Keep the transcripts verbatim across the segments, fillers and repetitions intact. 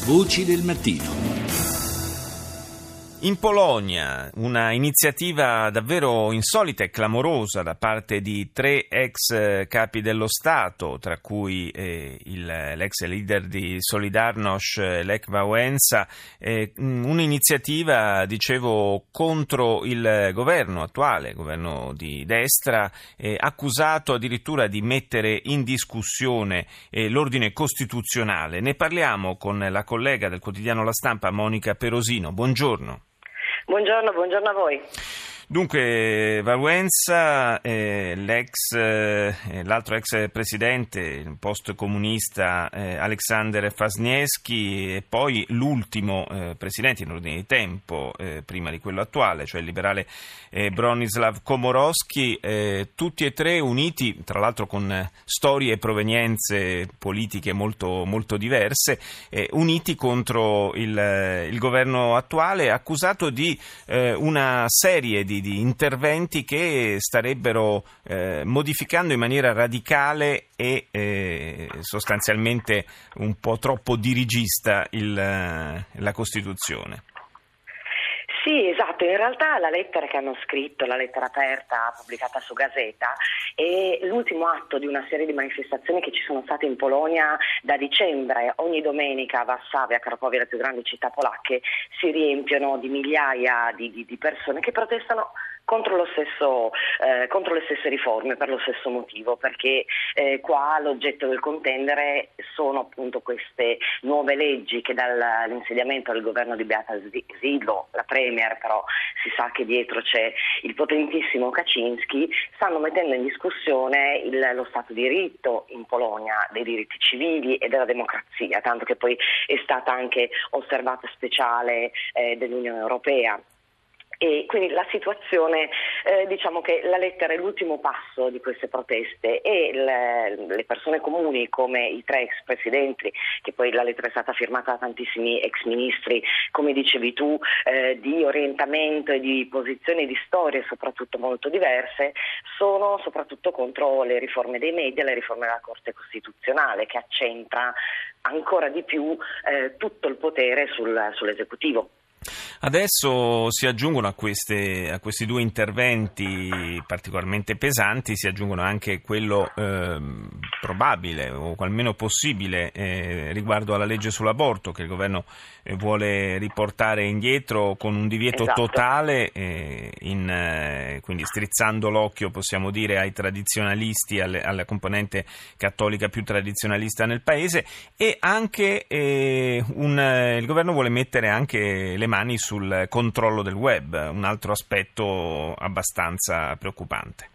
Voci del mattino. In Polonia una iniziativa davvero insolita e clamorosa da parte di tre ex capi dello Stato, tra cui eh, il, l'ex leader di Solidarność, Lech Wałęsa, eh, un'iniziativa, dicevo, contro il governo attuale, governo di destra, eh, accusato addirittura di mettere in discussione eh, l'ordine costituzionale. Ne parliamo con la collega del quotidiano La Stampa, Monica Perosino. Buongiorno. Buongiorno, buongiorno a voi. Dunque, Wałęsa, eh, l'ex, eh, l'altro ex presidente, il post-comunista eh, Aleksander Kwaśniewski, e poi l'ultimo eh, presidente in ordine di tempo, eh, prima di quello attuale, cioè il liberale eh, Bronisław Komorowski, eh, tutti e tre uniti, tra l'altro con storie e provenienze politiche molto, molto diverse, eh, uniti contro il, il governo attuale, accusato di eh, una serie di di interventi che starebbero eh, modificando in maniera radicale e eh, sostanzialmente un po' troppo dirigista il, la Costituzione. Sì, esatto, in realtà la lettera che hanno scritto, la lettera aperta pubblicata su Gazeta, è l'ultimo atto di una serie di manifestazioni che ci sono state in Polonia da dicembre. Ogni domenica a Varsavia, Cracovia, le più grandi città polacche, si riempiono di migliaia di, di, di persone che protestano contro lo stesso, eh, contro le stesse riforme, per lo stesso motivo, perché eh, qua l'oggetto del contendere sono appunto queste nuove leggi che dall'insediamento del governo di Beata Szydło, la premier, però si sa che dietro c'è il potentissimo Kaczynski, stanno mettendo in discussione il, lo Stato di diritto in Polonia, dei diritti civili e della democrazia, tanto che poi è stata anche osservata speciale eh, dell'Unione Europea. E quindi la situazione, eh, diciamo che la lettera è l'ultimo passo di queste proteste e le, le persone comuni come i tre ex presidenti, che poi la lettera è stata firmata da tantissimi ex ministri, come dicevi tu, eh, di orientamento e di posizioni di storie soprattutto molto diverse, sono soprattutto contro le riforme dei media, le riforme della Corte Costituzionale, che accentra ancora di più eh, tutto il potere sul, sull'esecutivo. Adesso si aggiungono a, queste, a questi due interventi particolarmente pesanti, si aggiungono anche quello eh, probabile o almeno possibile eh, riguardo alla legge sull'aborto, che il governo eh, vuole riportare indietro con un divieto esatto. totale, eh, in, eh, quindi strizzando l'occhio, possiamo dire, ai tradizionalisti, alle, alla componente cattolica più tradizionalista nel paese, e anche eh, un, eh, il governo vuole mettere anche le mani sul controllo del web, un altro aspetto abbastanza preoccupante.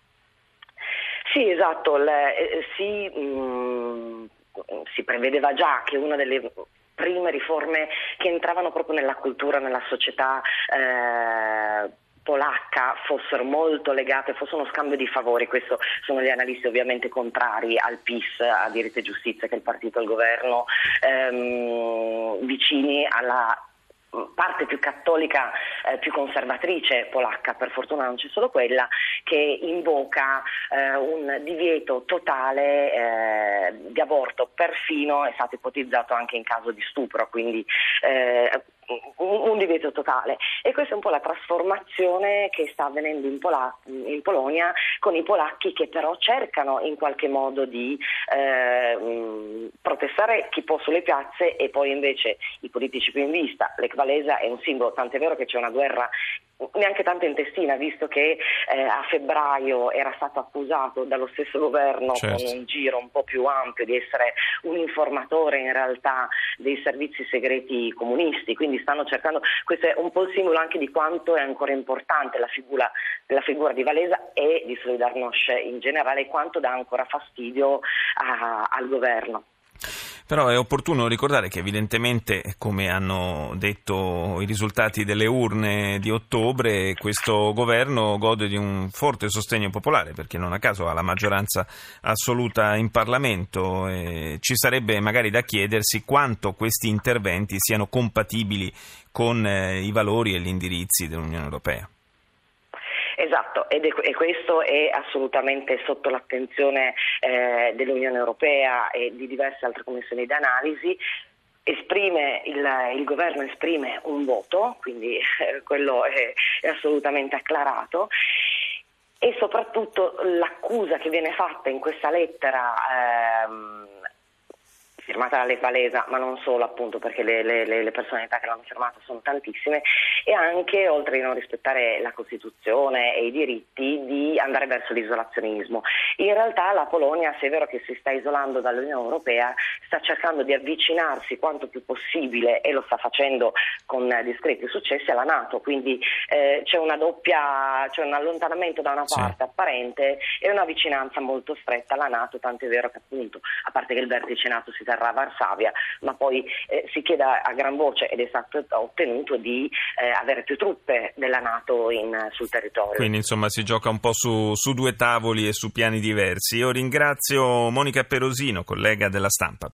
Sì, esatto, le, eh, si, mh, si prevedeva già che una delle prime riforme che entravano proprio nella cultura, nella società eh, polacca fossero molto legate, fosse uno scambio di favori. Questo sono gli analisti ovviamente contrari al P I S, a Diritto e Giustizia, che è il partito al governo, ehm, vicini alla parte più cattolica, eh, più conservatrice polacca, per fortuna non c'è solo quella, che invoca eh, un divieto totale eh, di aborto, perfino è stato ipotizzato anche in caso di stupro, quindi eh, un divieto totale. E questa è un po' la trasformazione che sta avvenendo in, Pola- in Polonia, con i polacchi che però cercano in qualche modo di eh, protestare chi può sulle piazze, e poi invece i politici più in vista. Lech Wałęsa è un simbolo, tant'è vero che c'è una guerra neanche tanto intestina, visto che eh, a febbraio era stato accusato dallo stesso governo, certo, con un giro un po' più ampio, di essere un informatore in realtà dei servizi segreti comunisti, quindi stanno cercando, questo è un po' il simbolo anche di quanto è ancora importante la figura, la figura di Wałęsa e di Solidarność in generale, e quanto dà ancora fastidio a, al governo. Però è opportuno ricordare che evidentemente, come hanno detto i risultati delle urne di ottobre, questo governo gode di un forte sostegno popolare, perché non a caso ha la maggioranza assoluta in Parlamento, e ci sarebbe magari da chiedersi quanto questi interventi siano compatibili con eh, i valori e gli indirizzi dell'Unione Europea. Esatto, ed è, e questo è assolutamente sotto l'attenzione eh, dell'Unione Europea e di diverse altre commissioni di analisi. Esprime il, il governo esprime un voto, quindi eh, quello è, è assolutamente acclarato. E soprattutto l'accusa che viene fatta in questa lettera ehm, firmata da Lech Walesa, ma non solo, appunto, perché le, le, le personalità che l'hanno firmata sono tantissime, e anche, oltre a non rispettare la Costituzione e i diritti, di andare verso l'isolazionismo. In realtà la Polonia, se è vero che si sta isolando dall'Unione Europea, sta cercando di avvicinarsi quanto più possibile, e lo sta facendo con discreti successi, alla NATO, quindi eh, c'è una doppia, c'è un allontanamento da una parte sì. apparente e una vicinanza molto stretta alla NATO, tanto è vero che, appunto, a parte che il vertice NATO si terrà a Varsavia, ma poi eh, si chiede a gran voce, ed è stato ottenuto, di eh, avere più truppe della NATO in, sul territorio. Quindi insomma si gioca un po' su, su due tavoli e su piani diversi. Io ringrazio Monica Perosino, collega della Stampa.